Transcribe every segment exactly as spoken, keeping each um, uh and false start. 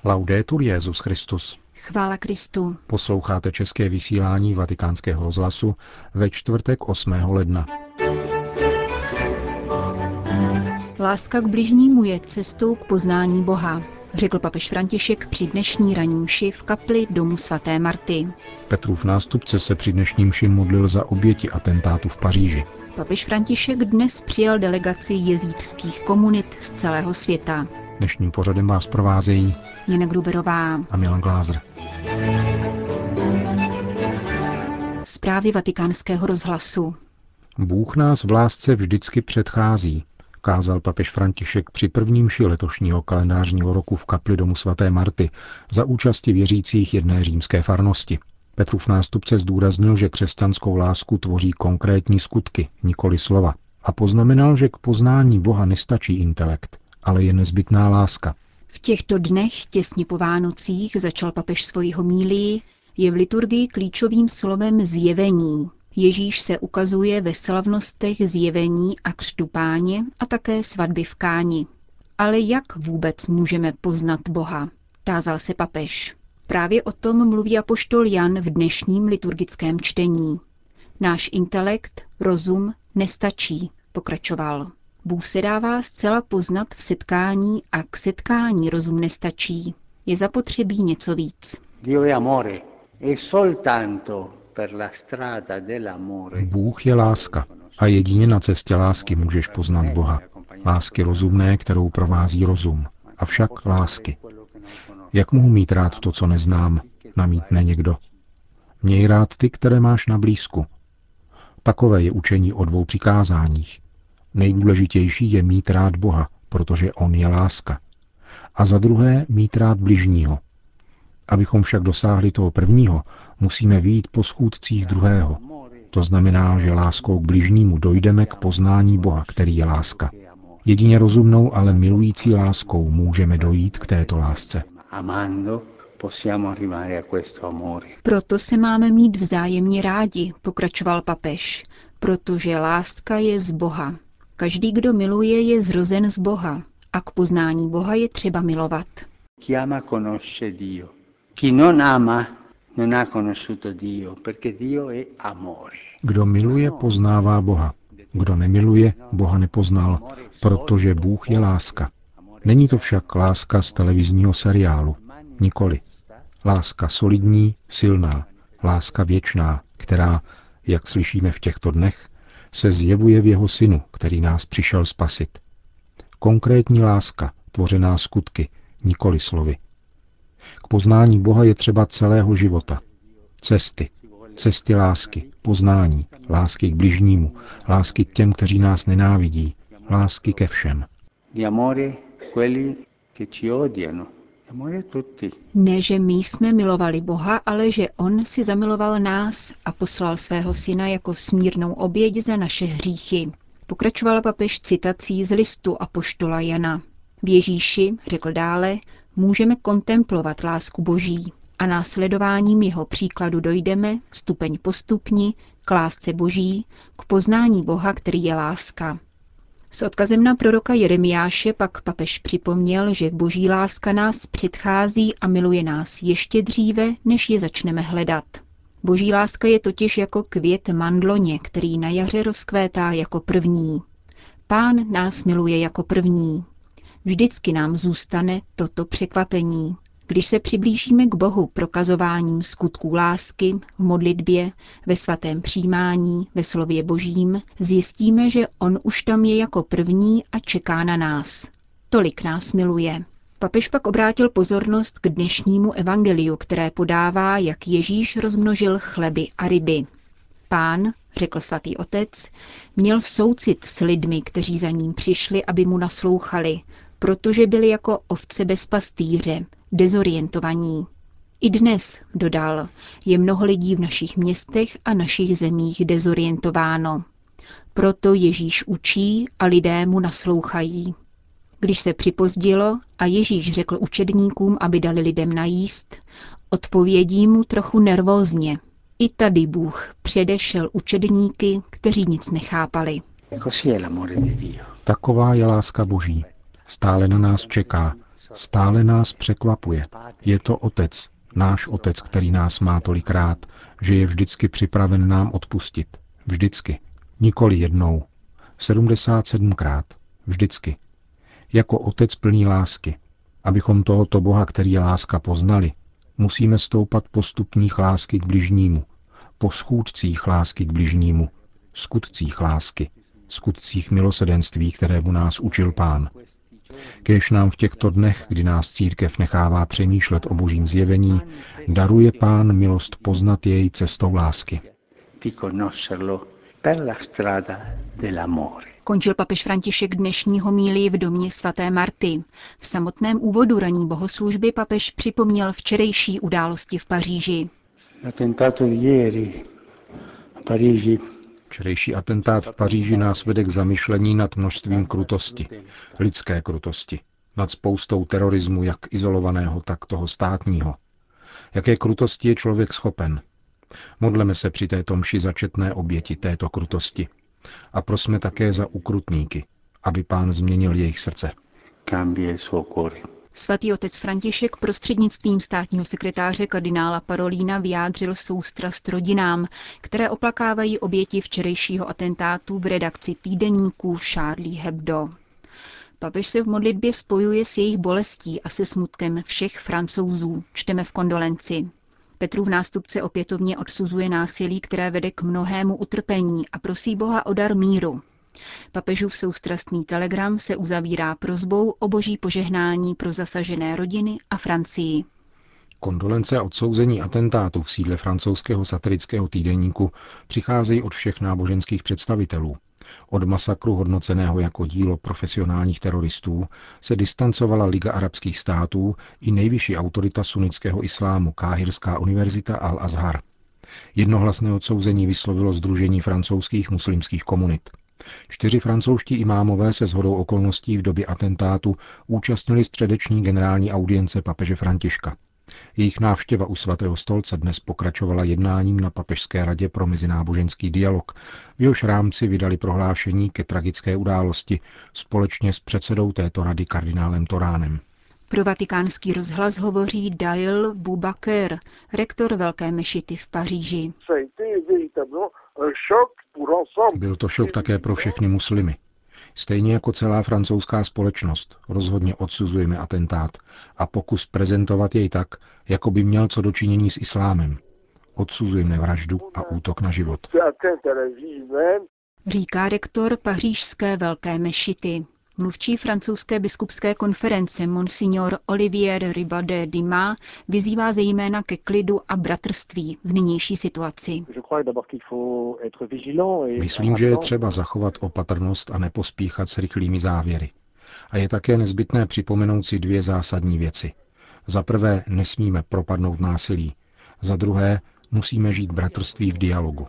Laudetur Jesus Christus. Chvála Kristu. Posloucháte české vysílání Vatikánského rozhlasu ve čtvrtek osmého ledna. Láska k bližnímu je cestou k poznání Boha, řekl papež František při dnešní ranní mši v kapli domu svaté Marty. Petrův nástupce se při dnešní mši modlil za oběti atentátu v Paříži. Papež František dnes přijal delegaci jezídských komunit z celého světa. Dnešním pořadem vás provázejí Jana Gruberová a Milan Glázer. Zprávy Vatikánského rozhlasu. Bůh nás v lásce vždycky předchází, kázal papež František při první mši letošního kalendářního roku v kapli domu svaté Marty za účasti věřících jedné římské farnosti. Petrův nástupce zdůraznil, že křesťanskou lásku tvoří konkrétní skutky, nikoli slova, a poznamenal, že k poznání Boha nestačí intelekt, ale je nezbytná láska. V těchto dnech, těsně po Vánocích, začal papež svoji homílii, je v liturgii klíčovým slovem zjevení. Ježíš se ukazuje ve slavnostech zjevení a křtu Páně a také svatby v Káni. Ale jak vůbec můžeme poznat Boha? Tázal se papež. Právě o tom mluví apoštol Jan v dnešním liturgickém čtení. Náš intelekt, rozum nestačí, pokračoval. Bůh se dává zcela poznat v setkání a k setkání rozum nestačí. Je zapotřebí něco víc. Bůh je láska a jedině na cestě lásky můžeš poznat Boha. Lásky rozumné, kterou provází rozum. Avšak lásky. Jak mohu mít rád to, co neznám, namítne někdo. Měj rád ty, které máš na blízku. Takové je učení o dvou přikázáních. Nejdůležitější je mít rád Boha, protože on je láska. A za druhé mít rád bližního. Abychom však dosáhli toho prvního, musíme vyjít po schůdcích druhého. To znamená, že láskou k bližnímu dojdeme k poznání Boha, který je láska. Jedině rozumnou, ale milující láskou můžeme dojít k této lásce. Proto se máme mít vzájemně rádi, pokračoval papež, protože láska je z Boha. Každý, kdo miluje, je zrozen z Boha a k poznání Boha je třeba milovat. Kdo miluje, poznává Boha. Kdo nemiluje, Boha nepoznal, protože Bůh je láska. Není to však láska z televizního seriálu. Nikoli. Láska solidní, silná, láska věčná, která, jak slyšíme v těchto dnech, se zjevuje v jeho synu, který nás přišel spasit. Konkrétní láska, tvořená skutky, nikoli slovy. K poznání Boha je třeba celého života. Cesty, cesty lásky, poznání, lásky k bližnímu, lásky k těm, kteří nás nenávidí, lásky ke všem. Ne, že my jsme milovali Boha, ale že on si zamiloval nás a poslal svého syna jako smírnou oběť za naše hříchy. Pokračoval papež citací z listu apoštola Jana. V Ježíši, řekl dále, můžeme kontemplovat lásku Boží a následováním jeho příkladu dojdeme, stupeň po stupni, k lásce Boží, k poznání Boha, který je láska. S odkazem na proroka Jeremiáše pak papež připomněl, že boží láska nás předchází a miluje nás ještě dříve, než je začneme hledat. Boží láska je totiž jako květ mandloně, který na jaře rozkvétá jako první. Pán nás miluje jako první. Vždycky nám zůstane toto překvapení. Když se přiblížíme k Bohu prokazováním skutků lásky, v modlitbě, ve svatém přijímání, ve slově Božím, zjistíme, že on už tam je jako první a čeká na nás. Tolik nás miluje. Papež pak obrátil pozornost k dnešnímu evangeliu, které podává, jak Ježíš rozmnožil chleby a ryby. Pán, řekl svatý otec, měl soucit s lidmi, kteří za ním přišli, aby mu naslouchali, protože byli jako ovce bez pastýře, dezorientovaní. I dnes, dodal, je mnoho lidí v našich městech a našich zemích dezorientováno. Proto Ježíš učí a lidé mu naslouchají. Když se připozdilo a Ježíš řekl učedníkům, aby dali lidem najíst, odpovědí mu trochu nervózně. I tady Bůh předešel učedníky, kteří nic nechápali. Taková je láska Boží. Stále na nás čeká, Stále nás překvapuje. Je to Otec, náš Otec, který nás má tolik rád, že je vždycky připraven nám odpustit. Vždycky. Nikoli jednou. sedmdesát sedmkrát. Vždycky. Jako Otec plný lásky. Abychom tohoto Boha, který je láska, poznali, musíme stoupat po stupních lásky k bližnímu, po schůdcích lásky k bližnímu, skutcích lásky, skutcích milosedenství, kterému nás učil Pán. Kéž nám v těchto dnech, kdy nás církev nechává přemýšlet o božím zjevení, daruje Pán milost poznat jej cestou lásky. Končil papež František dnešní homílii v domě svaté Marty. V samotném úvodu ranní bohoslužby papež připomněl včerejší události v Paříži. Včerejší atentát v Paříži nás vede k zamyšlení nad množstvím krutosti, lidské krutosti, nad spoustou terorismu, jak izolovaného, tak toho státního. Jaké krutosti je člověk schopen? Modleme se při této mši za četné oběti této krutosti. A prosme také za ukrutníky, aby Pán změnil jejich srdce. Svatý otec František prostřednictvím státního sekretáře kardinála Parolína vyjádřil soustrast rodinám, které oplakávají oběti včerejšího atentátu v redakci týdeníku Charlie Hebdo. Papež se v modlitbě spojuje s jejich bolestí a se smutkem všech Francouzů, čteme v kondolenci. Petrův nástupce opětovně odsuzuje násilí, které vede k mnohému utrpení a prosí Boha o dar míru. Papežův soustrastný telegram se uzavírá prosbou o boží požehnání pro zasažené rodiny a Francii. Kondolence a odsouzení atentátu v sídle francouzského satirického týdeníku přicházejí od všech náboženských představitelů. Od masakru hodnoceného jako dílo profesionálních teroristů se distancovala Liga arabských států i nejvyšší autorita sunnického islámu, Káhirská univerzita Al-Azhar. Jednohlasné odsouzení vyslovilo Sdružení francouzských muslimských komunit. Čtyři francouzští imámové se shodou okolností v době atentátu účastnili středeční generální audience papeže Františka. Jejich návštěva u svatého stolce dnes pokračovala jednáním na Papežské radě pro mezináboženský dialog, v jehož rámci vydali prohlášení ke tragické události společně s předsedou této rady kardinálem Toránem. Pro vatikánský rozhlas hovoří Dalil Boubaker, rektor Velké mešity v Paříži. Byl to šok také pro všechny muslimy. Stejně jako celá francouzská společnost rozhodně odsuzujeme atentát a pokus prezentovat jej tak, jako by měl co dočinění s islámem. Odsuzujeme vraždu a útok na život. Říká rektor pařížské Velké mešity. Mluvčí francouzské biskupské konference Monsignor Olivier Ribaudet Dima vyzývá zejména ke klidu a bratrství v nynější situaci. Myslím, že je třeba zachovat opatrnost a nepospíchat s rychlými závěry. A je také nezbytné připomenout si dvě zásadní věci. Za prvé, nesmíme propadnout násilí. Za druhé, musíme žít bratrství v dialogu.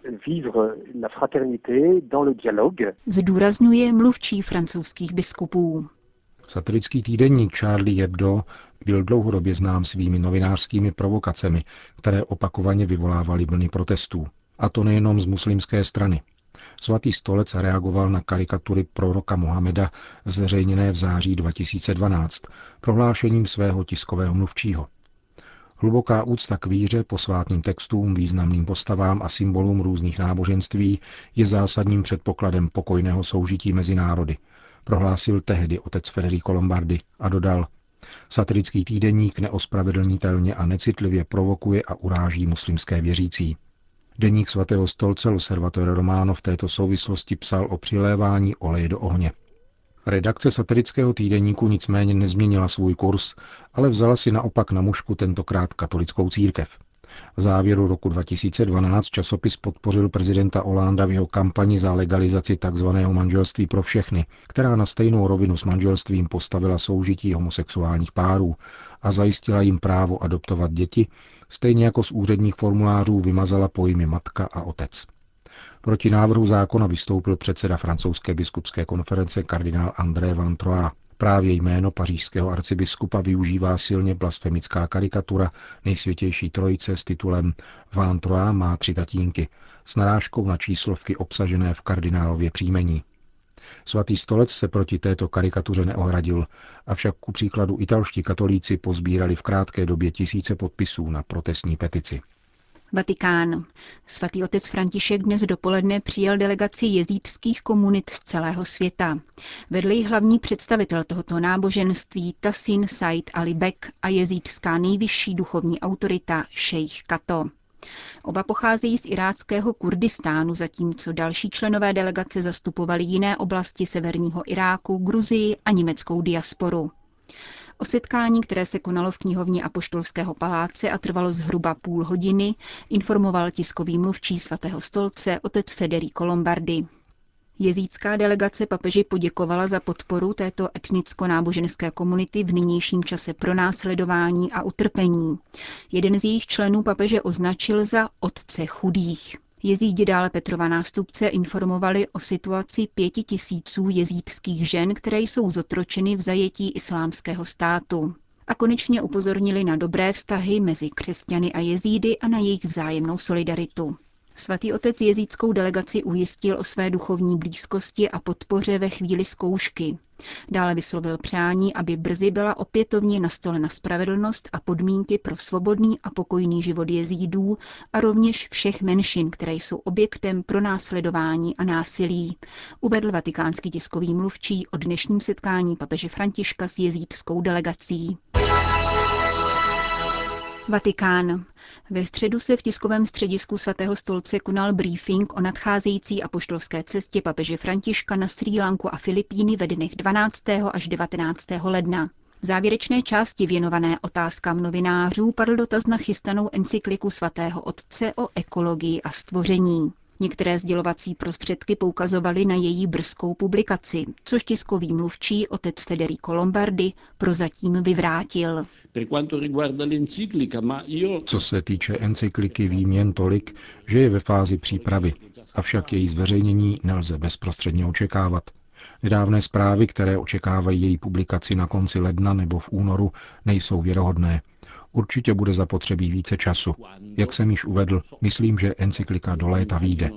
Zdůrazňuje mluvčí francouzských biskupů. Satirický týdeník Charlie Hebdo byl dlouhodobě znám svými novinářskými provokacemi, které opakovaně vyvolávaly vlny protestů. A to nejenom z muslimské strany. Svatý stolec reagoval na karikatury proroka Mohameda zveřejněné v září dva tisíce dvanáct prohlášením svého tiskového mluvčího. Hluboká úcta k víře, posvátným textům, významným postavám a symbolům různých náboženství je zásadním předpokladem pokojného soužití mezi národy, prohlásil tehdy otec Federico Lombardi a dodal: satirický týdeník neospravedlnitelně a necitlivě provokuje a uráží muslimské věřící. Deník svatého stolce L'Osservatore Romano v této souvislosti psal o přilévání oleje do ohně. Redakce satirického týdeníku nicméně nezměnila svůj kurz, ale vzala si naopak na mušku tentokrát katolickou církev. V závěru roku dva tisíce dvanáct časopis podpořil prezidenta Hollandea v jeho kampani za legalizaci tzv. Manželství pro všechny, která na stejnou rovinu s manželstvím postavila soužití homosexuálních párů a zajistila jim právo adoptovat děti, stejně jako z úředních formulářů vymazala pojmy matka a otec. Proti návrhu zákona vystoupil předseda francouzské biskupské konference kardinál André Van Troyes. Právě jméno pařížského arcibiskupa využívá silně blasfemická karikatura Nejsvětější trojice s titulem Van Troyes má tři tatínky s narážkou na číslovky obsažené v kardinálově příjmení. Svatý stolec se proti této karikatuře neohradil, avšak ku příkladu italští katolíci pozbírali v krátké době tisíce podpisů na protestní petici. Vatikán. Svatý otec František dnes dopoledne přijal delegaci jezídských komunit z celého světa. Vedl ji hlavní představitel tohoto náboženství Tasin Said Ali Bek a jezídská nejvyšší duchovní autorita šejch Kato. Oba pocházejí z iráckého Kurdistánu, zatímco další členové delegace zastupovali jiné oblasti severního Iráku, Gruzii a německou diasporu. O setkání, které se konalo v knihovně Apoštolského paláce a trvalo zhruba půl hodiny, informoval tiskový mluvčí Svatého stolce otec Federico Lombardi. Jezídská delegace papeži poděkovala za podporu této etnicko-náboženské komunity v nynějším čase pronásledování a utrpení. Jeden z jejich členů papeže označil za otce chudých. Jezídi dále Petrova nástupce informovali o situaci pěti tisíců jezídských žen, které jsou zotročeny v zajetí islámského státu. A konečně upozornili na dobré vztahy mezi křesťany a jezídy a na jejich vzájemnou solidaritu. Svatý otec jezídskou delegaci ujistil o své duchovní blízkosti a podpoře ve chvíli zkoušky. Dále vyslovil přání, aby brzy byla opětovně nastolena spravedlnost a podmínky pro svobodný a pokojný život jezídů a rovněž všech menšin, které jsou objektem pronásledování a násilí, uvedl vatikánský tiskový mluvčí o dnešním setkání papeže Františka s jezídskou delegací. Vatikán. Ve středu se v tiskovém středisku Svatého stolce konal briefing o nadcházející apoštolské cestě papeže Františka na Srí Lanku a Filipíny ve dnech dvanáctého až devatenáctého ledna. V závěrečné části věnované otázkám novinářů padl dotaz na chystanou encykliku Svatého otce o ekologii a stvoření. Některé sdělovací prostředky poukazovaly na její brzkou publikaci, což tiskový mluvčí otec Federico Lombardi prozatím vyvrátil. Co se týče encykliky, vím jen tolik, že je ve fázi přípravy, avšak její zveřejnění nelze bezprostředně očekávat. Nedávné zprávy, které očekávají její publikaci na konci ledna nebo v únoru, nejsou věrohodné. Určitě bude zapotřebí více času. Jak jsem již uvedl, myslím, že encyklika do léta vyjde.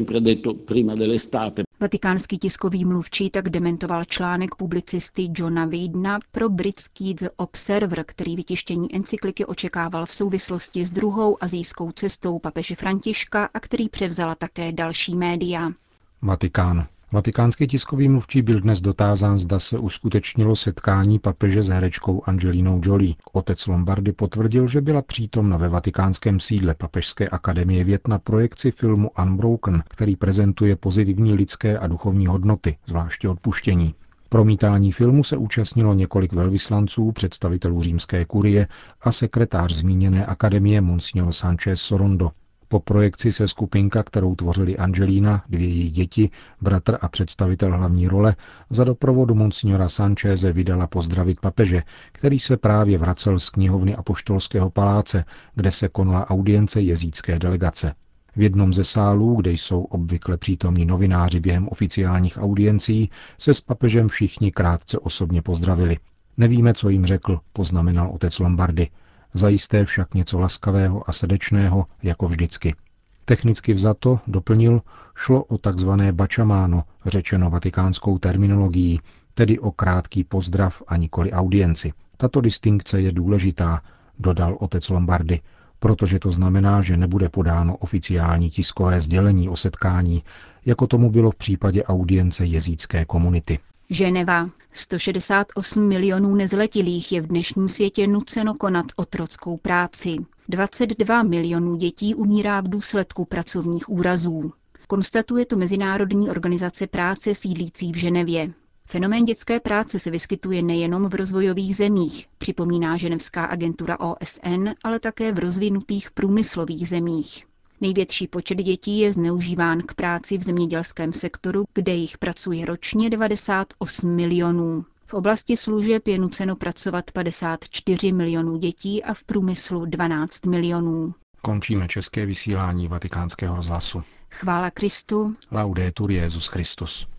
Vatikánský tiskový mluvčí tak dementoval článek publicisty Johna Weidna pro britský The Observer, který vytištění encykliky očekával v souvislosti s druhou asijskou cestou papeže Františka a který převzala také další média. Vatikán. Vatikánský tiskový mluvčí byl dnes dotázán, zda se uskutečnilo setkání papeže s herečkou Angelinou Jolie. Otec Lombardi potvrdil, že byla přítomna ve vatikánském sídle Papežské akademie věd na projekci filmu Unbroken, který prezentuje pozitivní lidské a duchovní hodnoty, zvláště odpuštění. Promítání filmu se účastnilo několik velvyslanců, představitelů římské kurie a sekretář zmíněné akademie Monsignor Sanchez Sorondo. Po projekci se skupinka, kterou tvořili Angelina, dvě její děti, bratr a představitel hlavní role, za doprovodu monsignora Sancheze vydala pozdravit papeže, který se právě vracel z knihovny Apoštolského paláce, kde se konala audience jezídské delegace. V jednom ze sálů, kde jsou obvykle přítomní novináři během oficiálních audiencí, se s papežem všichni krátce osobně pozdravili. Nevíme, co jim řekl, poznamenal otec Lombardi. Zajisté však něco laskavého a srdečného, jako vždycky. Technicky vzato, doplnil, šlo o takzvané bačamáno, řečeno vatikánskou terminologií, tedy o krátký pozdrav a nikoli audienci. Tato distinkce je důležitá, dodal otec Lombardi, protože to znamená, že nebude podáno oficiální tiskové sdělení o setkání, jako tomu bylo v případě audience jezídské komunity. Ženeva. sto šedesát osm milionů nezletilých je v dnešním světě nuceno konat otrockou práci. dvacet dva milionů dětí umírá v důsledku pracovních úrazů. Konstatuje to Mezinárodní organizace práce sídlící v Ženevě. Fenomén dětské práce se vyskytuje nejenom v rozvojových zemích, připomíná ženevská agentura O S N, ale také v rozvinutých průmyslových zemích. Největší počet dětí je zneužíván k práci v zemědělském sektoru, kde jich pracuje ročně devadesát osm milionů. V oblasti služeb je nuceno pracovat padesát čtyři milionů dětí a v průmyslu dvanáct milionů. Končíme české vysílání Vatikánského rozhlasu. Chvála Kristu. Laudetur Jesus Christus.